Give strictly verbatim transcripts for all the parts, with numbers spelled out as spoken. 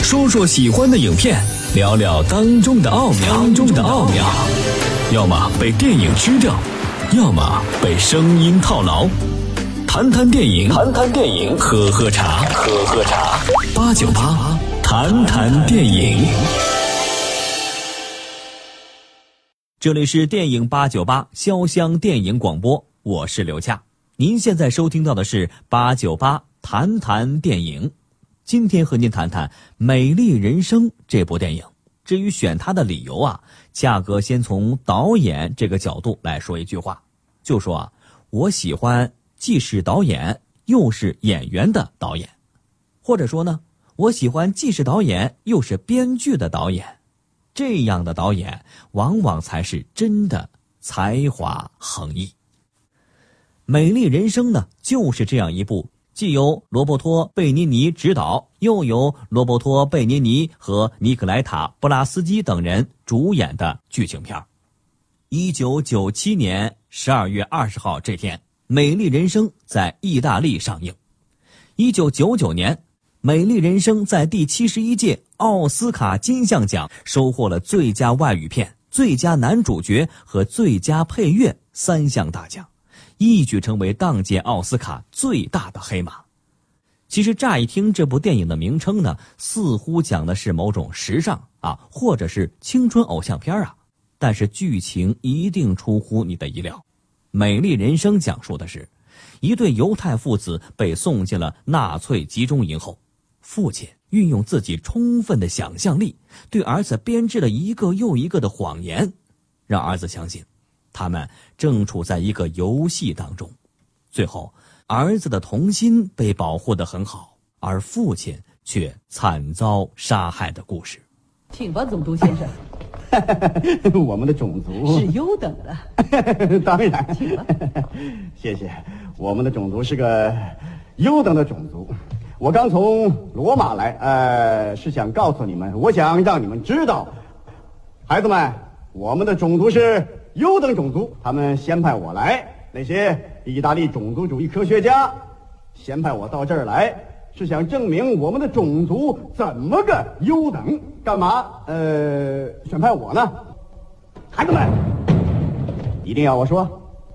说说喜欢的影片，聊聊当中的奥妙。当中的奥妙，要么被电影吃掉，要么被声音套牢。谈谈电影，谈谈电影，喝喝茶，喝喝茶。八九八，谈谈电影。这里是电影八九八潇湘电影广播，我是刘恰。您现在收听到的是八九八谈谈电影。今天和您谈谈《美丽人生》这部电影。至于选它的理由啊，恰哥先从导演这个角度来说一句话，就说啊，我喜欢既是导演又是演员的导演，或者说呢，我喜欢既是导演又是编剧的导演。这样的导演往往才是真的才华横溢。《美丽人生》呢，就是这样一部既由罗伯托·贝尼尼执导，又由罗伯托·贝尼尼和尼可莱塔·布拉斯基等人主演的剧情片。一九九七年十二月二十号这天，《美丽人生》在意大利上映。一九九九年，《美丽人生》在第七十一届奥斯卡金像奖收获了最佳外语片、最佳男主角和最佳配乐三项大奖，一举成为当届奥斯卡最大的黑马。其实乍一听这部电影的名称呢，似乎讲的是某种时尚啊，或者是青春偶像片啊，但是剧情一定出乎你的意料。《美丽人生》讲述的是一对犹太父子被送进了纳粹集中营后，父亲运用自己充分的想象力，对儿子编织了一个又一个的谎言，让儿子相信他们正处在一个游戏当中。最后儿子的童心被保护得很好，而父亲却惨遭杀害的故事。 请吧，总督先生。 我们的种族是优等的。 当然， 请吧。 谢谢。我们的种族是个优等的种族。我刚从罗马来，呃，是想告诉你们，我想让你们知道，孩子们，我们的种族是优等种族。他们先派我来，那些意大利种族主义科学家先派我到这儿来，是想证明我们的种族怎么个优等。干嘛呃选派我呢？孩子们一定要我说。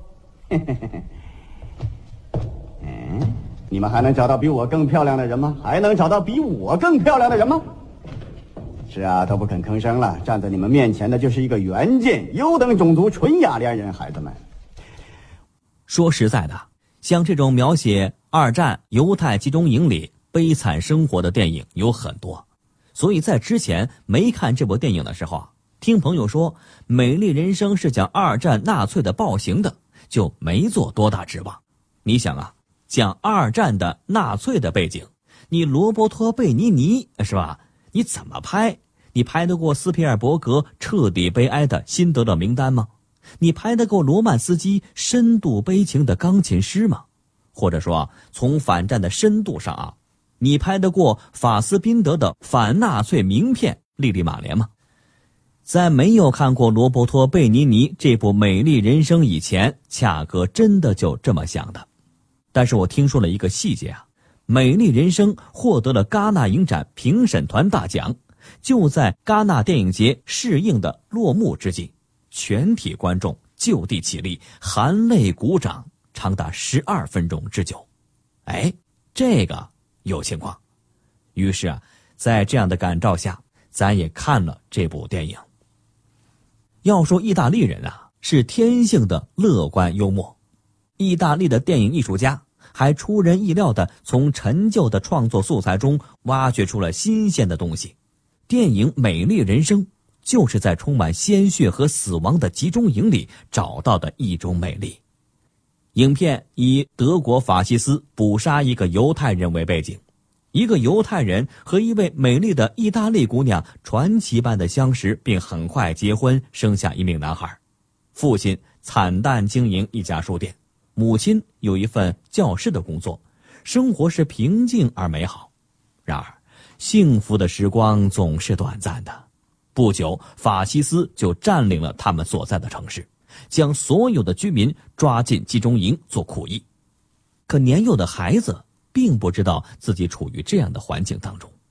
嗯，你们还能找到比我更漂亮的人吗？还能找到比我更漂亮的人吗？是啊，都不肯吭声了。站在你们面前的就是一个原件优等种族纯雅利安人。孩子们， 说实在的，像这种描写二战犹太集中营里悲惨生活的电影有很多，所以在之前没看这部电影的时候啊，听朋友说《美丽人生》是讲二战纳粹的暴行的，就没做多大指望。你想啊，讲二战的纳粹的背景，你罗伯托·贝尼尼是吧？你怎么拍？你拍得过斯皮尔伯格彻底悲哀的辛德勒名单吗？你拍得过罗曼斯基深度悲情的钢琴师吗？或者说啊，从反战的深度上啊，你拍得过法斯宾德的反纳粹名片《莉莉马莲》吗？在没有看过罗伯托·贝尼尼这部《美丽人生》以前，恰哥真的就这么想的。但是我听说了一个细节啊，《美丽人生》获得了戛纳影展评审团大奖，就在戛纳电影节试映的落幕之际，全体观众就地起立，含泪鼓掌，长达十二分钟之久。哎，这个有情况。于是啊，在这样的感召下，咱也看了这部电影。要说意大利人啊，是天性的乐观幽默。意大利的电影艺术家还出人意料地从陈旧的创作素材中挖掘出了新鲜的东西。电影《美丽人生》就是在充满鲜血和死亡的集中营里找到的一种美丽。影片以德国法西斯捕杀一个犹太人为背景，一个犹太人和一位美丽的意大利姑娘传奇般的相识，并很快结婚，生下一名男孩。父亲惨淡经营一家书店，母亲有一份教师的工作，生活是平静而美好。然而幸福的时光总是短暂的，不久法西斯就占领了他们所在的城市，将所有的居民抓进集中营做苦役。可年幼的孩子并不知道自己处于这样的环境当中，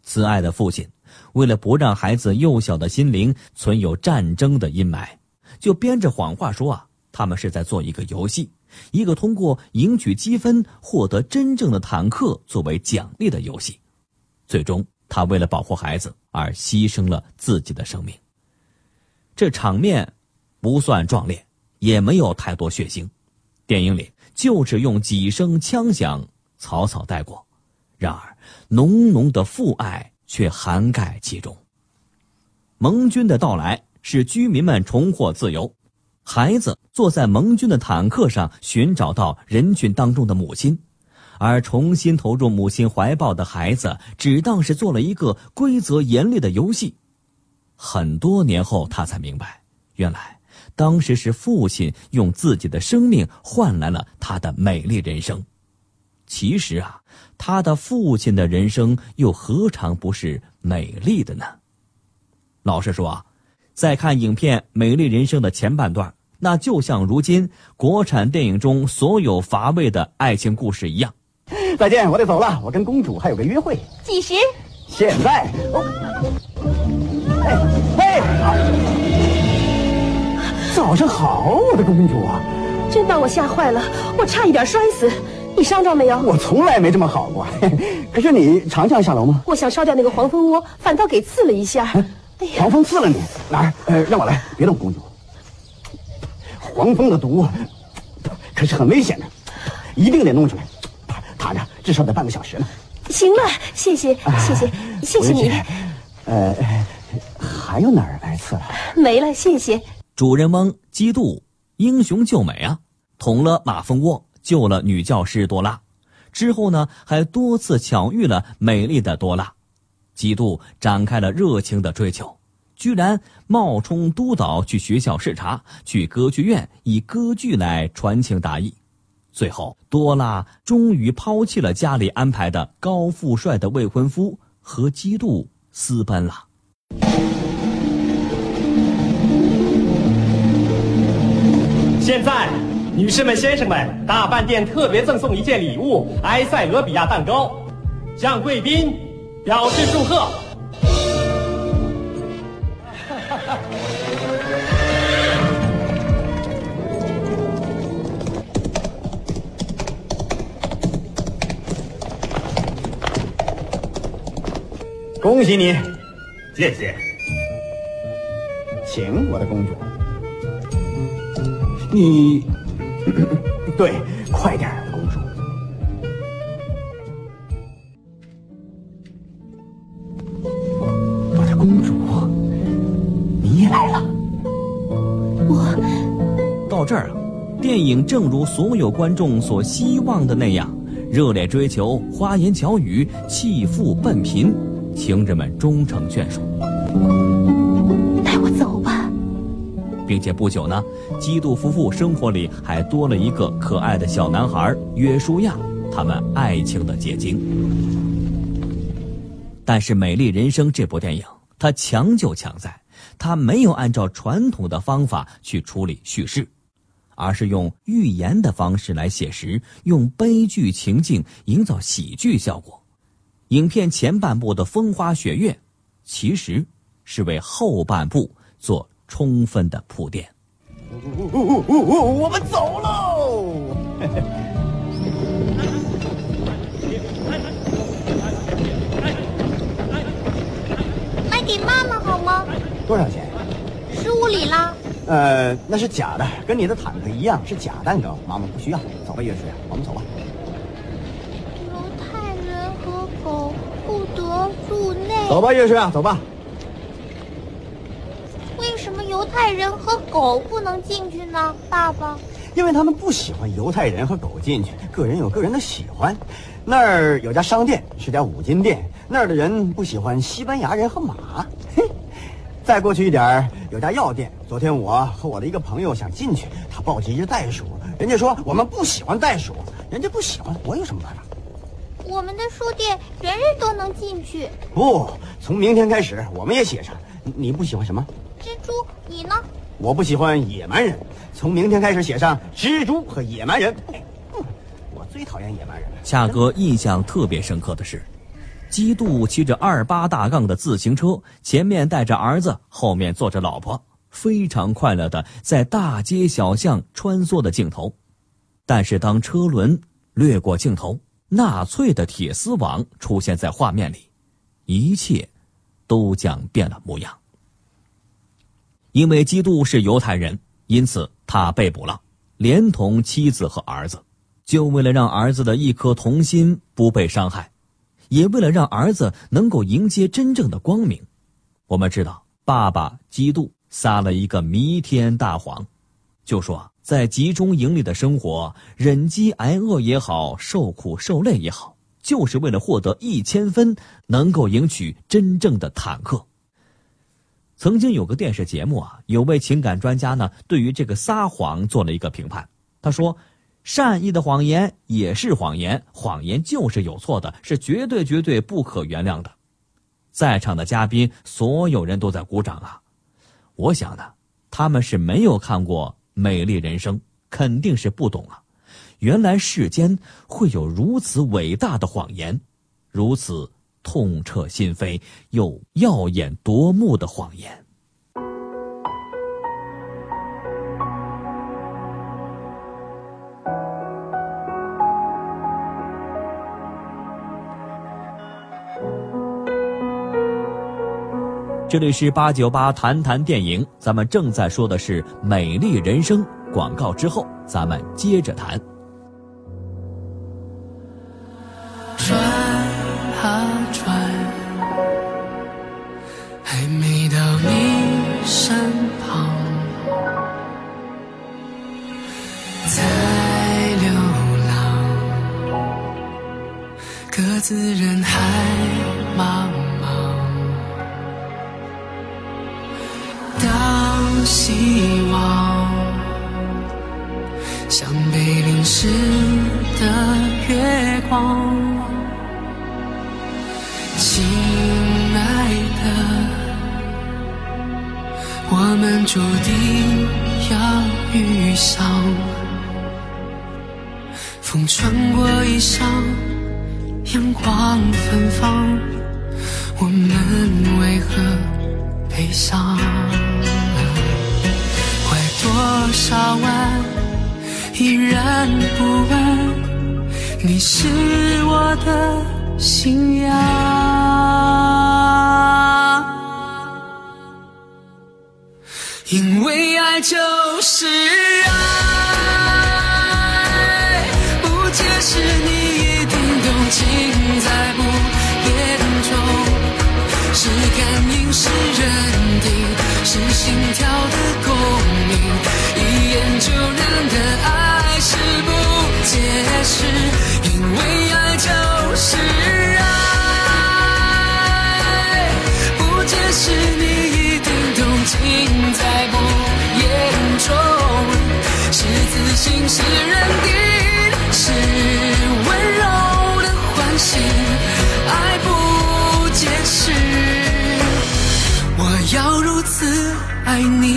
慈爱的父亲为了不让孩子幼小的心灵存有战争的阴霾，就编着谎话说啊，他们是在做一个游戏，一个通过赢取积分获得真正的坦克作为奖励的游戏。最终他为了保护孩子而牺牲了自己的生命。这场面不算壮烈，也没有太多血腥，电影里就只用几声枪响草草带过，然而浓浓的父爱却涵盖其中。盟军的到来使居民们重获自由，孩子坐在盟军的坦克上寻找到人群当中的母亲，而重新投入母亲怀抱的孩子只当是做了一个规则严厉的游戏。很多年后他才明白，原来当时是父亲用自己的生命换来了他的美丽人生。其实啊，他的父亲的人生又何尝不是美丽的呢？老实说啊，在看影片《美丽人生》的前半段，那就像如今国产电影中所有乏味的爱情故事一样。 再见，我得走了，我跟公主还有个约会。 几时？ 现在。哦，哎哎，早上好，我的公主啊！ 真把我吓坏了，我差一点摔死。你伤着没有？ 我从来没这么好过。可是你常常下楼吗？ 我想烧掉那个黄蜂窝，反倒给刺了一下。哎呀， 黄蜂刺了你哪儿？呃，让我来，别动，公主。黄蜂的毒可是很危险的，一定得弄出来。躺着至少得半个小时呢。 行了，谢谢谢谢谢谢你。 呃，还有哪儿挨刺了？ 没了，谢谢。 主人翁基督英雄救美啊，捅了马蜂窝，救了女教师多拉，之后呢还多次巧遇了美丽的多拉。基督展开了热情的追求，居然冒充督导去学校视察，去歌剧院以歌剧来传情达意。最后多拉终于抛弃了家里安排的高富帅的未婚夫，和基督私奔了。 现在女士们先生们，大饭店特别赠送一件礼物——埃塞俄比亚蛋糕，向贵宾表示祝贺。 恭喜你， 谢谢。 请，我的公主。你，对，快点，公主。我的公主，你也来了。 我到这儿啊，电影正如所有观众所希望的那样，热烈追求，花言巧语，弃富奔贫，情人们终成眷属。 带我走吧。 并且不久呢，基督夫妇生活里还多了一个可爱的小男孩约书亚，他们爱情的结晶。但是《美丽人生》这部电影，它强就强在它没有按照传统的方法去处理叙事，而是用寓言的方式来写实，用悲剧情境营造喜剧效果。影片前半部的风花雪月，其实是为后半部做充分的铺垫。 我们走喽！ 卖给妈妈好吗？ 多少钱？ 十五里啦。 呃，那是假的，跟你的坦克一样，是假蛋糕。妈妈不需要。走吧，岳师，我们走吧。 犹太人和狗不得入内。 走吧，岳师，走吧。 为什么犹太人和狗不能进去呢，爸爸？ 因为他们不喜欢犹太人和狗进去，个人有个人的喜欢。那儿有家商店，是家五金店，那儿的人不喜欢西班牙人和马。嘿，再过去一点有家药店，昨天我和我的一个朋友想进去，他抱着一只袋鼠，人家说我们不喜欢袋鼠，人家不喜欢，我有什么办法？ 我们的书店人人都能进去。 不，从明天开始我们也写上。你不喜欢什么？ 蜘蛛，你呢？ 我不喜欢野蛮人，从明天开始写上蜘蛛和野蛮人。嗯，我最讨厌野蛮人了。 恰哥印象特别深刻的是， 基督骑着二八大杠的自行车，前面带着儿子，后面坐着老婆，非常快乐的在大街小巷穿梭的镜头。但是当车轮掠过镜头，纳粹的铁丝网出现在画面里，一切都将变了模样。因为基督是犹太人，因此他被捕了，连同妻子和儿子，就为了让儿子的一颗童心不被伤害，也为了让儿子能够迎接真正的光明。我们知道，爸爸基督撒了一个弥天大谎，就说在集中营里的生活，忍饥挨饿也好，受苦受累也好，就是为了获得一千分，能够迎娶真正的坦克。曾经有个电视节目啊，有位情感专家呢，对于这个撒谎做了一个评判。他说，善意的谎言也是谎言，谎言就是有错的，是绝对绝对不可原谅的。在场的嘉宾所有人都在鼓掌啊。我想呢，他们是没有看过《美丽人生》，肯定是不懂啊。原来世间会有如此伟大的谎言，如此痛彻心扉又耀眼夺目的谎言。这里是八九八谈谈电影，咱们正在说的是《美丽人生》。广告之后，咱们接着谈。 转啊转，还没到你身旁，在流浪，各自人海茫茫。当希望像被淋湿的月光，亲爱的，我们注定要遇上。风穿过衣裳，阳光芬芳，我们为何悲伤？坏多少晚依然不问，你是我的信仰。因为爱就是爱，不解释你一定懂，尽在不言中，是感应，是认定，是心跳的共鸣，一眼就认的爱是不解释。因为爱就是爱，不解释你一定懂，尽在不言中，是自信，是认定，是温柔的唤醒，爱不解释，我要如此爱你。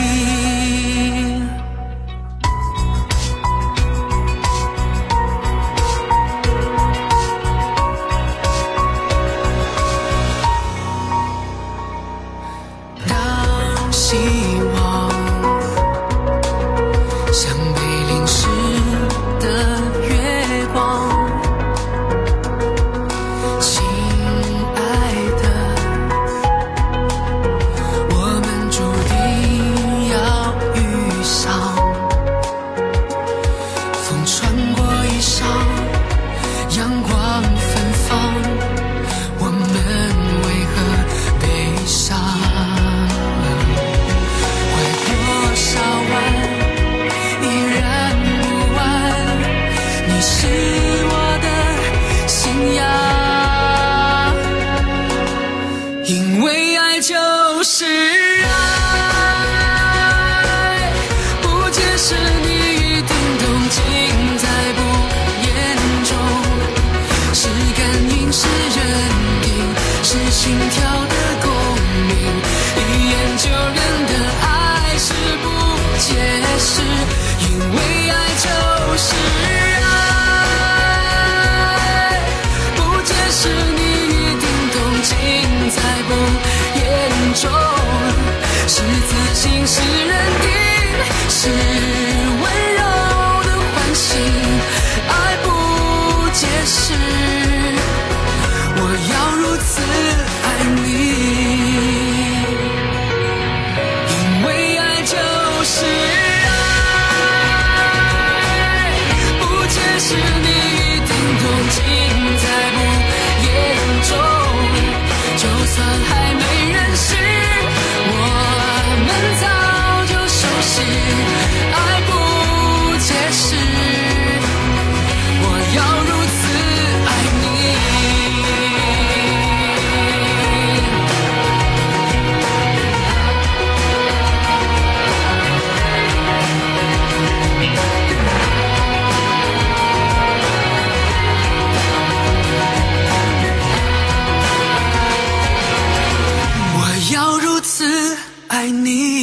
希望像被淋湿的月光，亲爱的，我们注定要此爱你，因为爱就是爱，不解释你一定懂，尽在不言中。就算还没认识，我们早就熟悉，爱不解释，我要如此爱你。我要如此爱你。